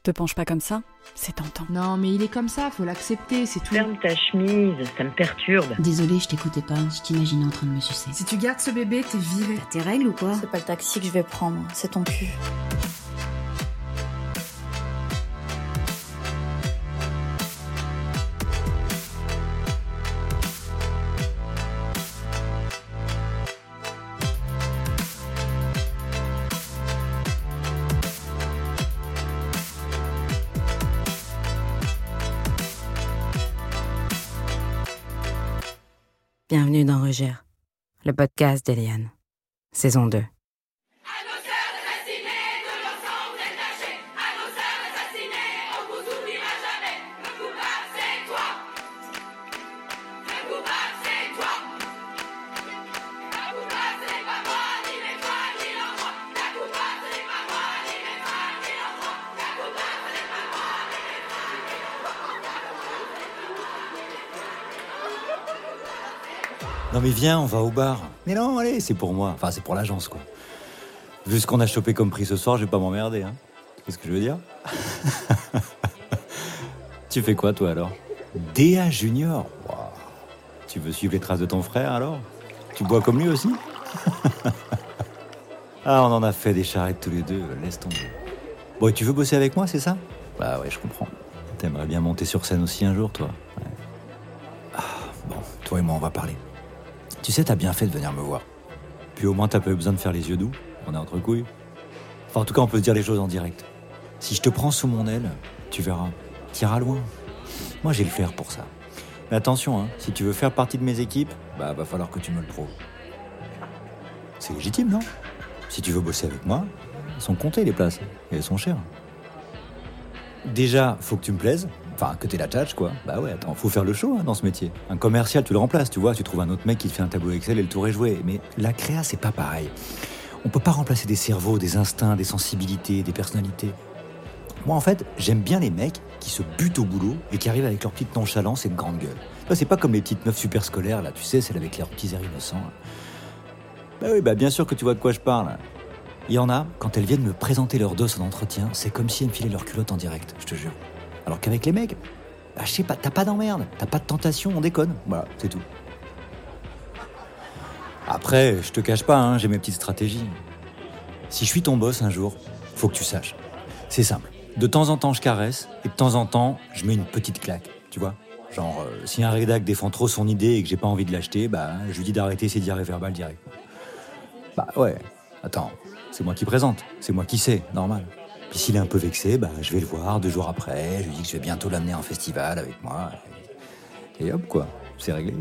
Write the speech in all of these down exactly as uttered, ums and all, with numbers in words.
Te penche pas comme ça, c'est tentant. Non, mais il est comme ça, faut l'accepter, c'est tout. Ferme ta chemise, ça me perturbe. Désolée, je t'écoutais pas, je t'imaginais en train de me sucer. Si tu gardes ce bébé, t'es viré. T'as tes règles ou quoi? C'est pas le taxi que je vais prendre, c'est ton cul. Bienvenue dans Regère, le podcast d'Eliane, saison deux. À nos sœurs assassinées, de leur sang détaché. À nos sœurs assassinées, on vous oubliera jamais. Le coupable c'est toi. Le coupable c'est toi. La coupable c'est pas moi, ni mes frères, ni l'enfant. La coupable c'est pas moi, ni mes frères, ni l'enfant. La coupable c'est pas moi, ni mes frères, ni l'enfant. Non mais viens, on va au bar. Mais non, allez, c'est pour moi. Enfin, c'est pour l'agence, quoi. Vu ce qu'on a chopé comme prix ce soir, je vais pas m'emmerder, hein. Tu vois ce que je veux dire? Tu fais quoi, toi, alors? D A Junior? Wow. Tu veux suivre les traces de ton frère, alors? Tu bois comme lui aussi? Ah, on en a fait des charrettes tous les deux, laisse tomber. Bon, et tu veux bosser avec moi, c'est ça? Bah ouais, je comprends. T'aimerais bien monter sur scène aussi un jour, toi. Ouais. Ah, bon, toi et moi, on va parler. Tu sais, t'as bien fait de venir me voir. Puis au moins, t'as pas eu besoin de faire les yeux doux. On est entre couilles. Enfin, en tout cas, on peut se dire les choses en direct. Si je te prends sous mon aile, tu verras, t'iras loin. Moi, j'ai le flair pour ça. Mais attention, hein, si tu veux faire partie de mes équipes, bah, va falloir que tu me le prouves. C'est légitime, non? Si tu veux bosser avec moi, elles sont comptées, les places. Et elles sont chères. Déjà, faut que tu me plaises. Enfin, que t'aies la tchatche, quoi. Bah ouais, attends, faut faire le show hein, dans ce métier. Un commercial, tu le remplaces, tu vois. Tu trouves un autre mec qui te fait un tableau Excel et le tour est joué. Mais la créa, c'est pas pareil. On peut pas remplacer des cerveaux, des instincts, des sensibilités, des personnalités. Moi, en fait, j'aime bien les mecs qui se butent au boulot et qui arrivent avec leur petite nonchalance et une grande gueule. Là, c'est pas comme les petites meufs super scolaires, là, tu sais, celles avec leurs petits airs innocents. Là. Bah oui, bah bien sûr que tu vois de quoi je parle. Il y en a, quand elles viennent me présenter leur dos en entretien, c'est comme si elles me filaient leur culotte en direct, je te jure. Alors qu'avec les mecs, bah, je sais pas, t'as pas d'emmerde, t'as pas de tentation, on déconne. Voilà, c'est tout. Après, je te cache pas, hein, j'ai mes petites stratégies. Si je suis ton boss un jour, faut que tu saches. C'est simple. De temps en temps, je caresse, et de temps en temps, je mets une petite claque, tu vois. Genre, euh, si un rédac défend trop son idée et que j'ai pas envie de l'acheter, bah, je lui dis d'arrêter ses diarrhées verbales direct. Bah ouais, attends, c'est moi qui présente, c'est moi qui sais, normal. Puis s'il est un peu vexé, bah, je vais le voir deux jours après, je lui dis que je vais bientôt l'amener en festival avec moi. Et, et hop, quoi, c'est réglé.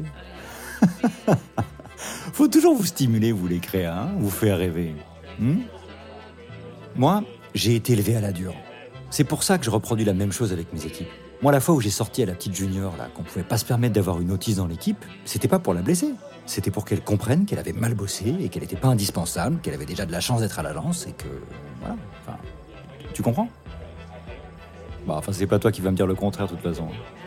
Faut toujours vous stimuler, vous les créas, hein, vous faire rêver. Hmm Moi, j'ai été élevé à la dure. C'est pour ça que je reproduis la même chose avec mes équipes. Moi, la fois où j'ai sorti à la petite junior, là, qu'on pouvait pas se permettre d'avoir une autiste dans l'équipe, c'était pas pour la blesser. C'était pour qu'elle comprenne qu'elle avait mal bossé et qu'elle était pas indispensable, qu'elle avait déjà de la chance d'être à l'agence et que... Voilà, enfin... Tu comprends? Bah, enfin, c'est pas toi qui vas me dire le contraire, de toute façon.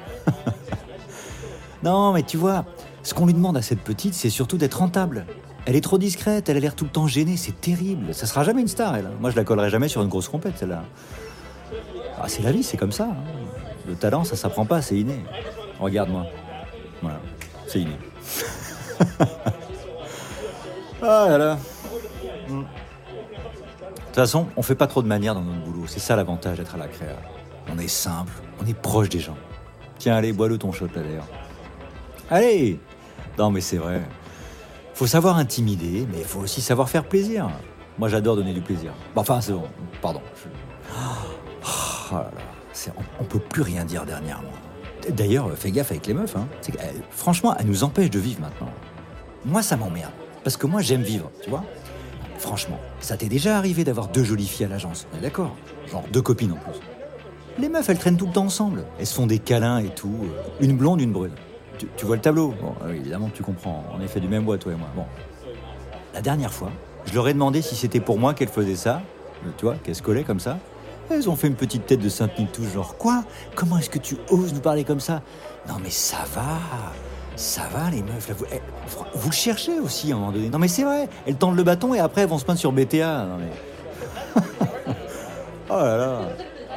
Non, mais tu vois, ce qu'on lui demande à cette petite, c'est surtout d'être rentable. Elle est trop discrète, elle a l'air tout le temps gênée, c'est terrible. Ça sera jamais une star, elle. Moi, je la collerai jamais sur une grosse compète, celle-là. Ah, c'est la vie, c'est comme ça. Hein. Le talent, ça s'apprend pas, c'est inné. Regarde-moi. Voilà, c'est inné. Ah là là. Mm. De toute façon, on fait pas trop de manières dans notre boulot. C'est ça l'avantage d'être à la créa. On est simple, on est proche des gens. Tiens, allez, bois-le ton shot là d'ailleurs. Allez! Non mais c'est vrai. Faut savoir intimider, mais il faut aussi savoir faire plaisir. Moi j'adore donner du plaisir. Bon, enfin c'est bon, pardon. Je... Oh là là. C'est... On, on peut plus rien dire dernièrement. D'ailleurs, fais gaffe avec les meufs. Hein. C'est... Franchement, elles nous empêchent de vivre maintenant. Moi ça m'emmerde. Parce que moi j'aime vivre, tu vois. Franchement, ça t'est déjà arrivé d'avoir deux jolies filles à l'agence, on est d'accord? Genre deux copines en plus. Les meufs, elles traînent tout le temps ensemble. Elles se font des câlins et tout. Une blonde, une brune. Tu, tu vois le tableau? Bon, oui, évidemment que tu comprends. On est fait du même bois, toi et moi. Bon. La dernière fois, je leur ai demandé si c'était pour moi qu'elles faisaient ça. Tu vois, qu'elles se collaient comme ça. Elles ont fait une petite tête de Sainte-Nitouche, genre quoi? Comment est-ce que tu oses nous parler comme ça? Non mais ça va. Ça va les meufs, là, vous, eh, vous le cherchez aussi à un moment donné. Non mais c'est vrai, elles tendent le bâton et après elles vont se peindre sur B T A. Non mais... Oh là là.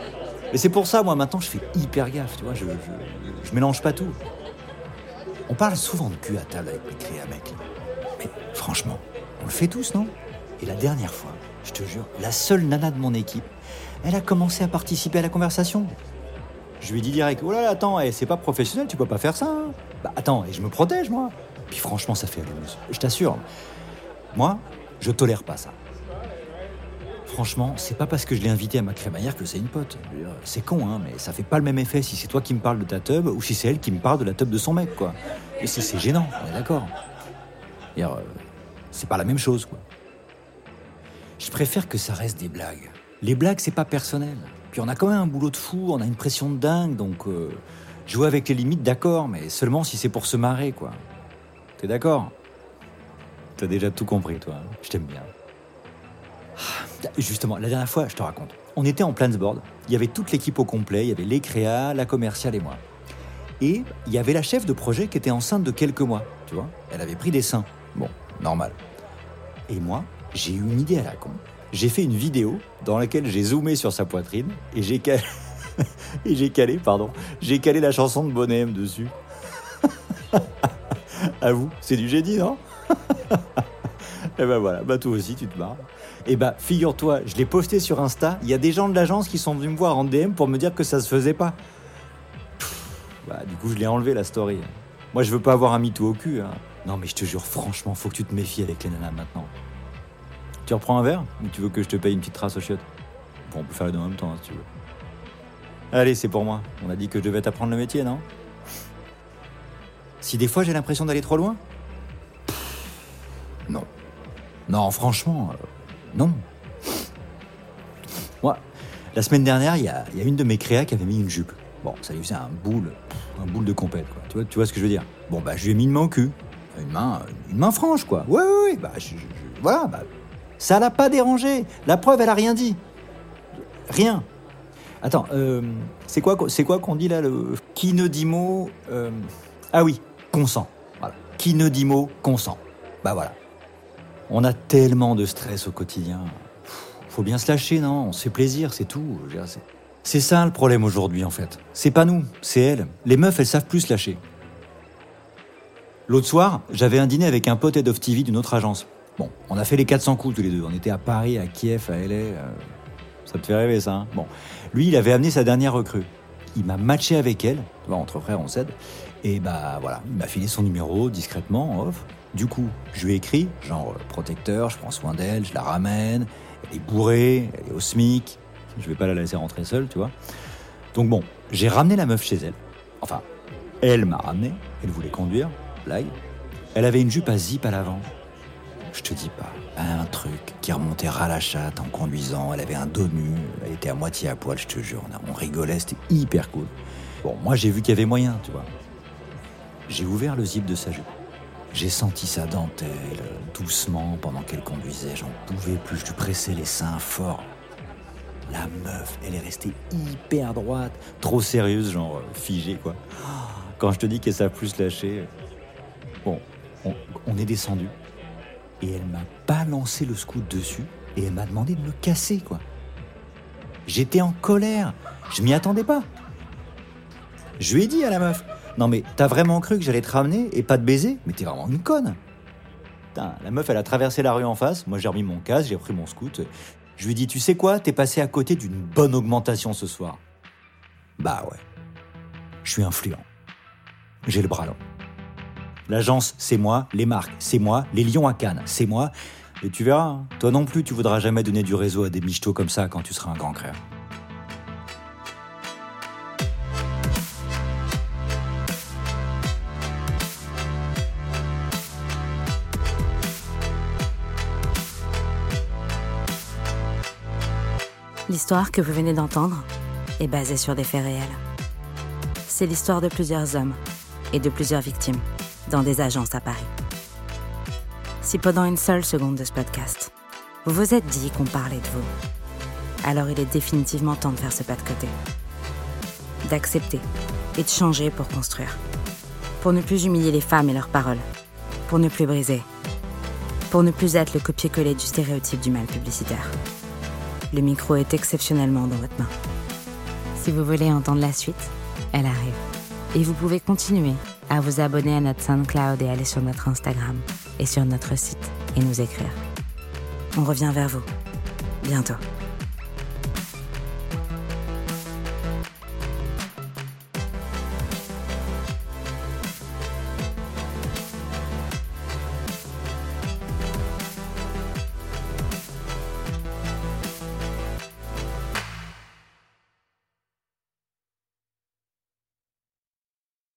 Et c'est pour ça, moi, maintenant, je fais hyper gaffe, tu vois, je, je, je mélange pas tout. On parle souvent de cul à table avec les créas, mec. Mais franchement, on le fait tous, non? Et la dernière fois, je te jure, la seule nana de mon équipe, elle a commencé à participer à la conversation. Je lui ai dit direct, oh là là, attends, hey, c'est pas professionnel, tu peux pas faire ça. Hein. Bah attends, et je me protège, moi. Puis franchement, ça fait allumeuse. Je t'assure. Moi, je tolère pas ça. Franchement, c'est pas parce que je l'ai invitée à ma crémaillère que c'est une pote. C'est con, hein, mais ça fait pas le même effet si c'est toi qui me parles de ta teub ou si c'est elle qui me parle de la teub de son mec, quoi. Et c'est, c'est gênant, on est d'accord. Et euh, c'est pas la même chose, quoi. Je préfère que ça reste des blagues. Les blagues, c'est pas personnel. Puis on a quand même un boulot de fou, on a une pression de dingue, donc euh, jouer avec les limites, d'accord, mais seulement si c'est pour se marrer, quoi. T'es d'accord? T'as déjà tout compris, toi. Je t'aime bien. Justement, la dernière fois, je te raconte. On était en Plansboard, il y avait toute l'équipe au complet, il y avait les créas, la commerciale et moi. Et il y avait la chef de projet qui était enceinte de quelques mois, tu vois. Elle avait pris des seins. Bon, normal. Et moi, j'ai eu une idée à la con. J'ai fait une vidéo dans laquelle j'ai zoomé sur sa poitrine et j'ai calé, et j'ai calé, pardon, j'ai calé la chanson de Bonnet M dessus. À vous, c'est du génie, non? Et ben voilà, bah toi aussi tu te marres. Et bah figure-toi, je l'ai posté sur Insta, il y a des gens de l'agence qui sont venus me voir en D M pour me dire que ça se faisait pas. Pff, bah du coup je l'ai enlevé la story. Moi je veux pas avoir un MeToo au cul. Hein. Non mais je te jure, franchement, faut que tu te méfies avec les nanas maintenant. Tu reprends un verre ou tu veux que je te paye une petite trace aux chiottes? Bon, on peut faire les deux en même temps hein, si tu veux. Allez, c'est pour moi. On a dit que je devais t'apprendre le métier, non? Si des fois j'ai l'impression d'aller trop loin? Non. Non, franchement, euh, non. Moi, la semaine dernière, il y a, y a une de mes créas qui avait mis une jupe. Bon, ça lui faisait un boule, un boule de compète, quoi. Tu vois, tu vois ce que je veux dire? Bon, bah, je lui ai mis une main au cul. Une main, une main franche, quoi. Ouais, ouais, ouais. Bah, je, je, je, voilà, bah, ça l'a pas dérangé. La preuve, elle a rien dit. Rien. Attends, euh, c'est quoi, c'est quoi qu'on dit là, le... Qui ne dit mot... Euh... Ah oui, consent. Voilà. Qui ne dit mot, consent. Bah voilà. On a tellement de stress au quotidien. Faut bien se lâcher, non? On se fait plaisir, c'est tout. Je veux dire, c'est... c'est ça le problème aujourd'hui, en fait. C'est pas nous, c'est elles. Les meufs, elles savent plus se lâcher. L'autre soir, j'avais un dîner avec un pote head of T V d'une autre agence. Bon, on a fait les quatre cents coups tous les deux. On était à Paris, à Kiev, à L A. Euh... Ça te fait rêver, ça, hein? Bon. Lui, il avait amené sa dernière recrue. Il m'a matché avec elle. Tu vois, entre frères, on s'aide. Et bah, voilà. Il m'a filé son numéro, discrètement, en off. Du coup, je lui ai écrit, genre, euh, protecteur, je prends soin d'elle, je la ramène, elle est bourrée, elle est au SMIC, je vais pas la laisser rentrer seule, tu vois. Donc bon, j'ai ramené la meuf chez elle. Enfin, elle m'a ramené, elle voulait conduire, blague. Elle avait une jupe à zip à l'avant. Je te dis pas, un truc qui remontait ras la chatte en conduisant, elle avait un dos nu, elle était à moitié à poil, je te jure, on rigolait, c'était hyper cool. Bon, moi j'ai vu qu'il y avait moyen, tu vois. J'ai ouvert le zip de sa jupe. J'ai senti sa dentelle, doucement, pendant qu'elle conduisait. J'en pouvais plus, je lui pressais les seins fort. La meuf, elle est restée hyper droite, trop sérieuse, genre figée, quoi. Quand je te dis qu'elle savent plus se lâcher... Bon, on, on est descendu, et elle m'a balancé le scout dessus, et elle m'a demandé de me casser, quoi. J'étais en colère, je m'y attendais pas. Je lui ai dit à la meuf... Non mais t'as vraiment cru que j'allais te ramener et pas te baiser? Mais t'es vraiment une conne. Putain, la meuf elle a traversé la rue en face, moi j'ai remis mon casque, j'ai pris mon scout. Je lui ai dit, tu sais quoi, t'es passé à côté d'une bonne augmentation ce soir. Bah ouais, je suis influent. J'ai le bras long. L'agence c'est moi, les marques c'est moi, les lions à Cannes c'est moi. Et tu verras, hein, toi non plus tu voudras jamais donner du réseau à des michetots comme ça quand tu seras un grand créa. L'histoire que vous venez d'entendre est basée sur des faits réels. C'est l'histoire de plusieurs hommes et de plusieurs victimes dans des agences à Paris. Si pendant une seule seconde de ce podcast, vous vous êtes dit qu'on parlait de vous, alors il est définitivement temps de faire ce pas de côté. D'accepter et de changer pour construire. Pour ne plus humilier les femmes et leurs paroles. Pour ne plus briser. Pour ne plus être le copier-coller du stéréotype du mal publicitaire. Le micro est exceptionnellement dans votre main. Si vous voulez entendre la suite, elle arrive. Et vous pouvez continuer à vous abonner à notre SoundCloud et aller sur notre Instagram et sur notre site et nous écrire. On revient vers vous bientôt.